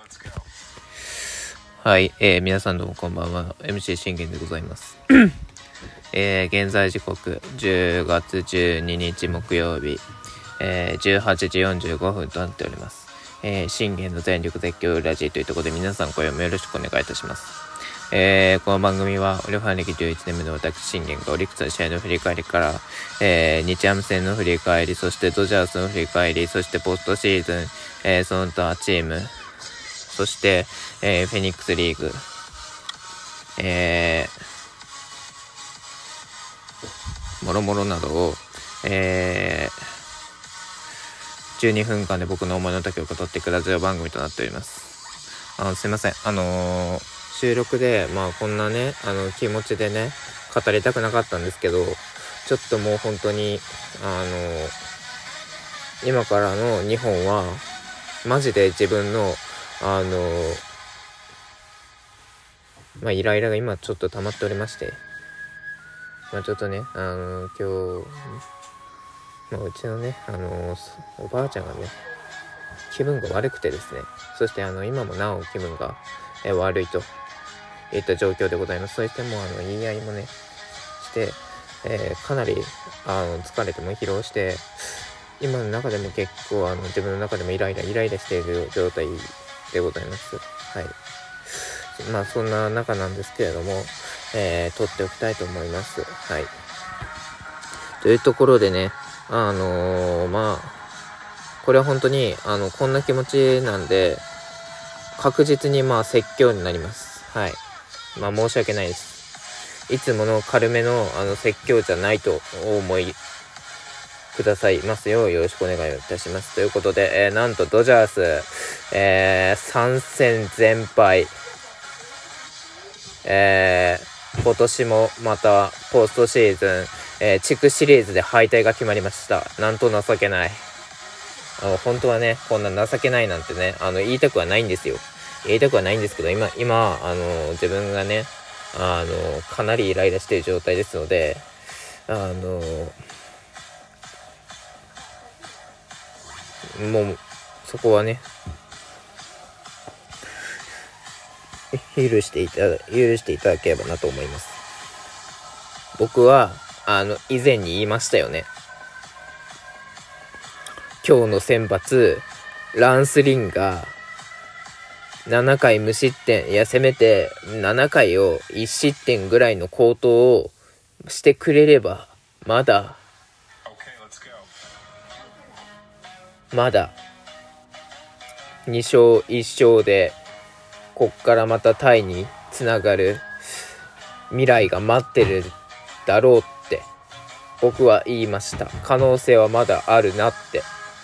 はい、皆さんどうもこんばんは。MC 信玄でございます。現在時刻10月12日木曜日、18時45分となっております。信玄の全力絶叫ラジーというところで皆さん今夜もよろしくお願いいたします。この番組はオリファン歴11年目の私信玄がオリックスの試合の振り返りから、日ハム戦の振り返り、そしてドジャースの振り返り、そしてポストシーズン、その他チーム、そして、フェニックスリーグ、もろもろなどを、12分間で僕の思いの丈を語っていくラジオ番組となっております。すいません。収録で、こんなね、気持ちでね、語りたくなかったんですけど、ちょっともう本当に、今からの2本は、マジで自分の、イライラが今ちょっと溜まっておりまして、ちょっとね、今日、うちのね、おばあちゃんがね、気分が悪くてですね、そして今もなお気分が、悪いといった状況でございます。そしてもう言い合いもね、して、かなり疲れても疲労して、今の中でも結構自分の中でもイライラしている状態でございます。はい。そんな中なんですけれども、撮っておきたいと思います。はい。というところでね、これは本当にこんな気持ちなんで、確実に説教になります。はい。申し訳ないです。いつもの軽めの説教じゃないとお思いくださいますようよろしくお願いいたします。ということで、なんとドジャース、3戦全敗、今年もまたポストシーズン、地区シリーズで敗退が決まりました。なんと情けない。本当はね、こんな情けないなんてね、言いたくはないんですよ。言いたくはないんですけど、今自分がね、かなりイライラしている状態ですので、もうそこはね、許していただければなと思います。僕は以前に言いましたよね。今日の先発ランスリンが7回無失点、いやせめて7回を1失点ぐらいの好投をしてくれればまだ2勝1勝でこっからまたタイにつながる未来が待ってるだろうって僕は言いました。可能性はまだあるなって。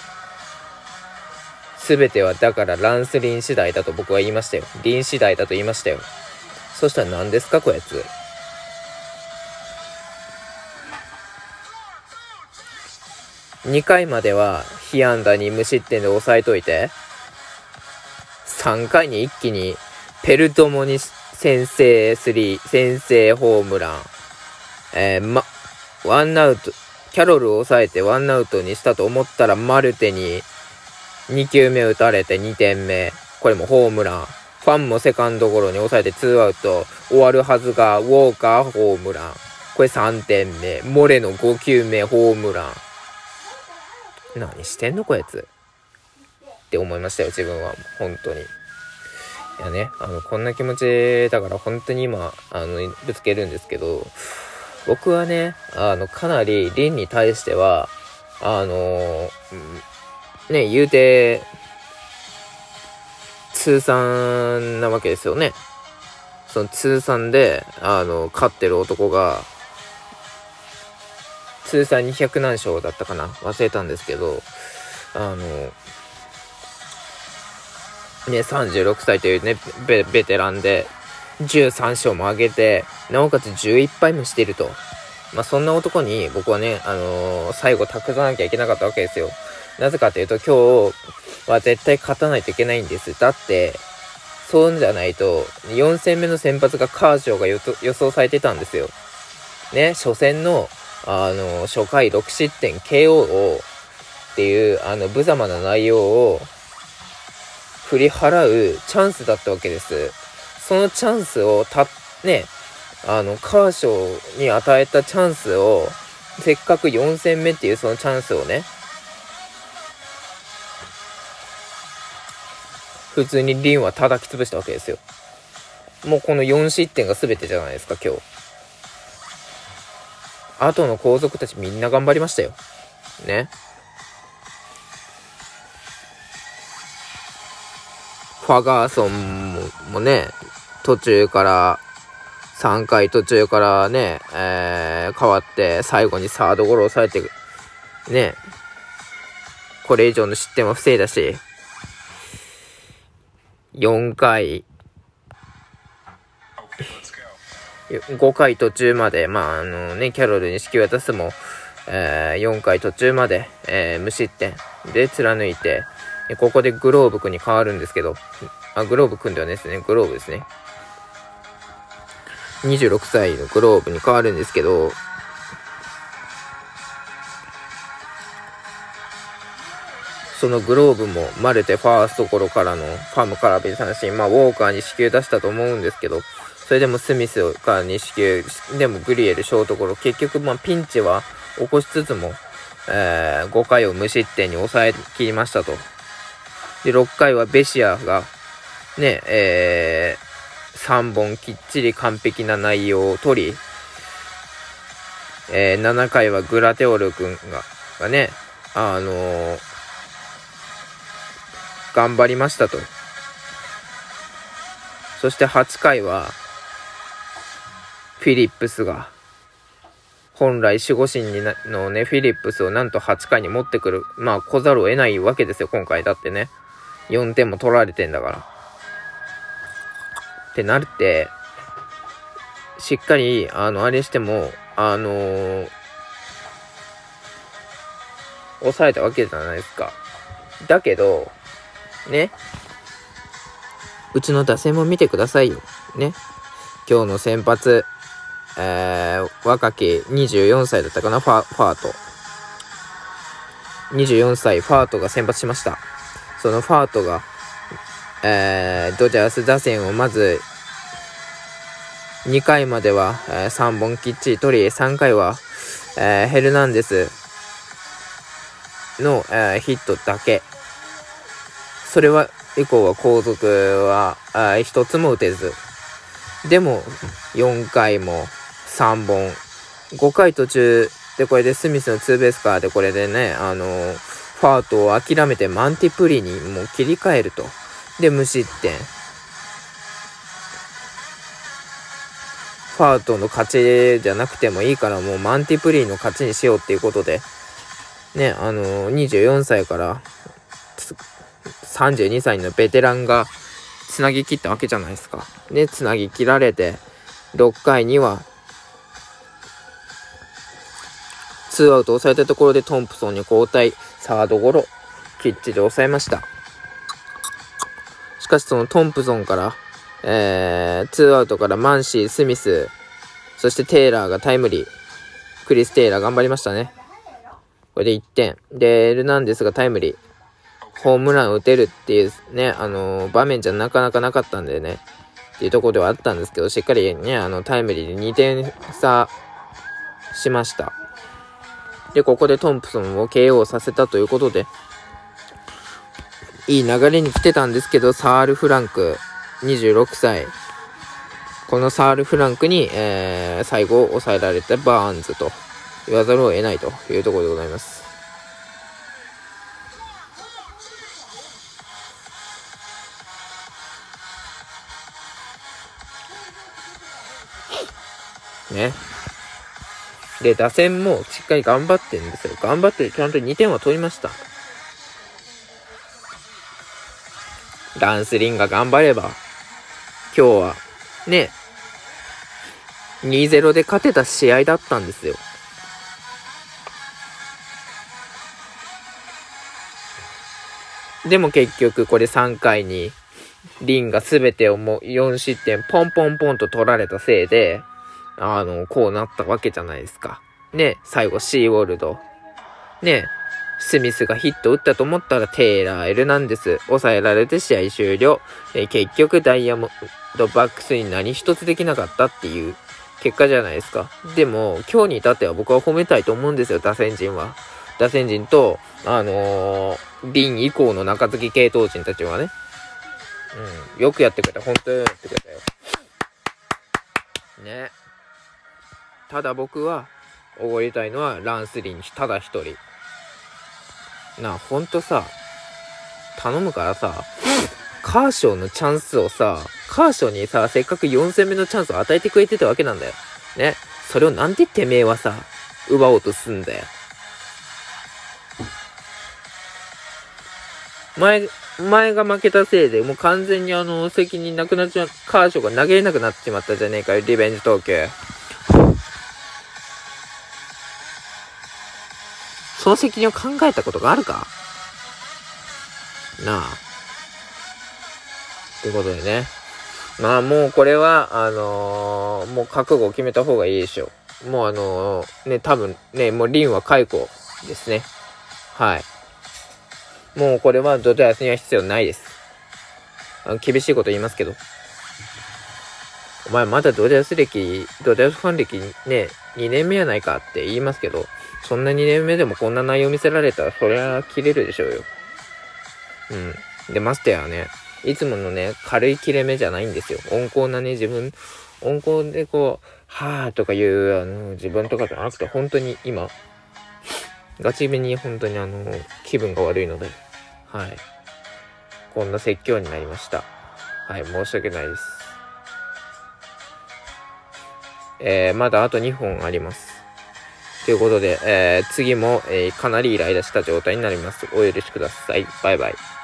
全てはだからランスリン次第だと僕は言いましたよ。リン次第だと言いましたよ。そしたら何ですかこやつ。2回までは被安打に無失点で抑えといて、3回に一気にペルトモに先制ホームラン、ワンアウト、キャロルを抑えてワンアウトにしたと思ったらマルテに2球目打たれて2点目、これもホームラン。ファンもセカンドゴロに抑えて2アウト終わるはずがウォーカーホームラン、これ3点目、モレの5球目ホームラン。何してんのこやつって思いましたよ自分は。本当にいやね、こんな気持ちだから本当に今ぶつけるんですけど、僕はねかなりリンに対しては言うて通算なわけですよね。その通算で勝ってる男が通算200何勝だったかな、忘れたんですけど、36歳というねベテランで13勝も挙げて、なおかつ11敗もしていると。そんな男に僕はね最後託さなきゃいけなかったわけですよ。なぜかというと今日は絶対勝たないといけないんです。だってそうじゃないと4戦目の先発がカーショーが予想されてたんですよね。初戦の初回6失点 KO っていう無様な内容を振り払うチャンスだったわけです。そのチャンスをカーショーに与えたチャンスを、せっかく4戦目っていうそのチャンスをね、普通にリンは叩き潰したわけですよ。もうこの4失点が全てじゃないですか、今日。あとの後続たちみんな頑張りましたよ。ね。ファガーソンもね、3回途中からね、変わって最後にサードゴロを抑えて、ね、これ以上の失点は防いだし、5回途中まで、キャロルに指揮を渡すも、4回途中まで、無失点で貫いて、ここでグローブ君に変わるんですけど、グローブ君ではないですね、グローブですね。26歳のグローブに変わるんですけど、そのグローブもマルテファーストゴロからのファーム空振り三振、ウォーカーに四球出したと思うんですけど、それでもスミスから2四球、でもグリエルショートゴロ、結局ピンチは起こしつつも、5回を無失点に抑え切りましたと。で、6回はベシアがね、3本きっちり完璧な内容を取り、7回はグラテオル君がね、頑張りましたと。そして8回はフィリップスが本来守護神のね、フィリップスをなんと8回に持ってくる。来ざるを得ないわけですよ、今回。だってね、4点も取られてんだから。ってなるって、しっかり、あれしても、抑えたわけじゃないですか。だけど、ね、うちの打線も見てくださいよ。ね。今日の先発、若き24歳だったかな、ファート。24歳ファートが先発しました。そのファートが、ドジャース打線をまず、2回までは、3本きっちり取り、3回は、ヘルナンデスの、ヒットだけ。それは以降は後続は一つも打てず、でも4回も3本、5回途中でこれでスミスのツーベースカーでこれでね、ファートを諦めてマンティプリにもう切り替えると。で無失点。ファートの勝ちじゃなくてもいいからもうマンティプリの勝ちにしようっていうことでね、24歳から32歳のベテランがつなぎ切ったわけじゃないですか。でつなぎ切られて6回には2アウト抑えたところでトンプソンに交代、サードゴロきっちり抑えました。しかしそのトンプソンから2アウトからマンシー、スミス、そしてテイラーがタイムリー。クリス・テイラー頑張りましたね。これで1点。で、エルナンデスがタイムリー。ホームラン打てるっていうね、場面じゃなかなかなかったんでね、っていうところではあったんですけど、しっかりね、タイムリーで2点差しました。で、ここでトンプソンを KO させたということで、いい流れに来てたんですけど、サール・フランク、26歳。このサール・フランクに、最後抑えられたバーンズと言わざるを得ないというところでございます。ね。で、打線もしっかり頑張ってるんですよ。頑張ってちゃんと2点は取りました。ランスリンが頑張れば、今日はね、2-0 で勝てた試合だったんですよ。でも結局これ3回にリンが全てをもう4失点ポンポンポンと取られたせいで、こうなったわけじゃないですか。ね、最後シーウォルド。ね、 スミスがヒット打ったと思ったらテイラー・エルナンデス抑えられて試合終了。結局ダイヤモンドバックスに何一つできなかったっていう結果じゃないですか。でも今日に至っては僕は褒めたいと思うんですよ、打線陣は。打線陣とリン以降の中継ぎ系統陣たちはね、よくやってくれた。本当によくやってくれたよね。ただ僕はおごりたいのはランスリーにただ一人ほんとさ、頼むからさ、カーショーのチャンスをさ、カーショーにさ、せっかく4戦目のチャンスを与えてくれてたわけなんだよね。それをなんでてめえはさ、奪おうとすんだよ。前が負けたせいでもう完全に責任なくなっちゃう。カーショーが投げれなくなってしまったじゃねえかよ、リベンジ投球。その責任を考えたことがあるかなあ。ってことでね。まあもうこれは、もう覚悟を決めた方がいいでしょう。もう多分ね、もうリンは解雇ですね。はい。もうこれはドジャースには必要ないです。厳しいこと言いますけど。お前まだドジャースファン歴ね、2年目やないかって言いますけど、そんな2年目でもこんな内容見せられたら、そりゃ切れるでしょうよ。で、ましてやね、いつものね、軽い切れ目じゃないんですよ。温厚なね、温厚でこう、はぁとか言う、自分とかじゃなくて、本当に今、ガチめに本当に気分が悪いので、はい。こんな説教になりました。はい、申し訳ないです。まだあと2本あります。ということで、次も、かなりイライラした状態になります。お許しください。バイバイ。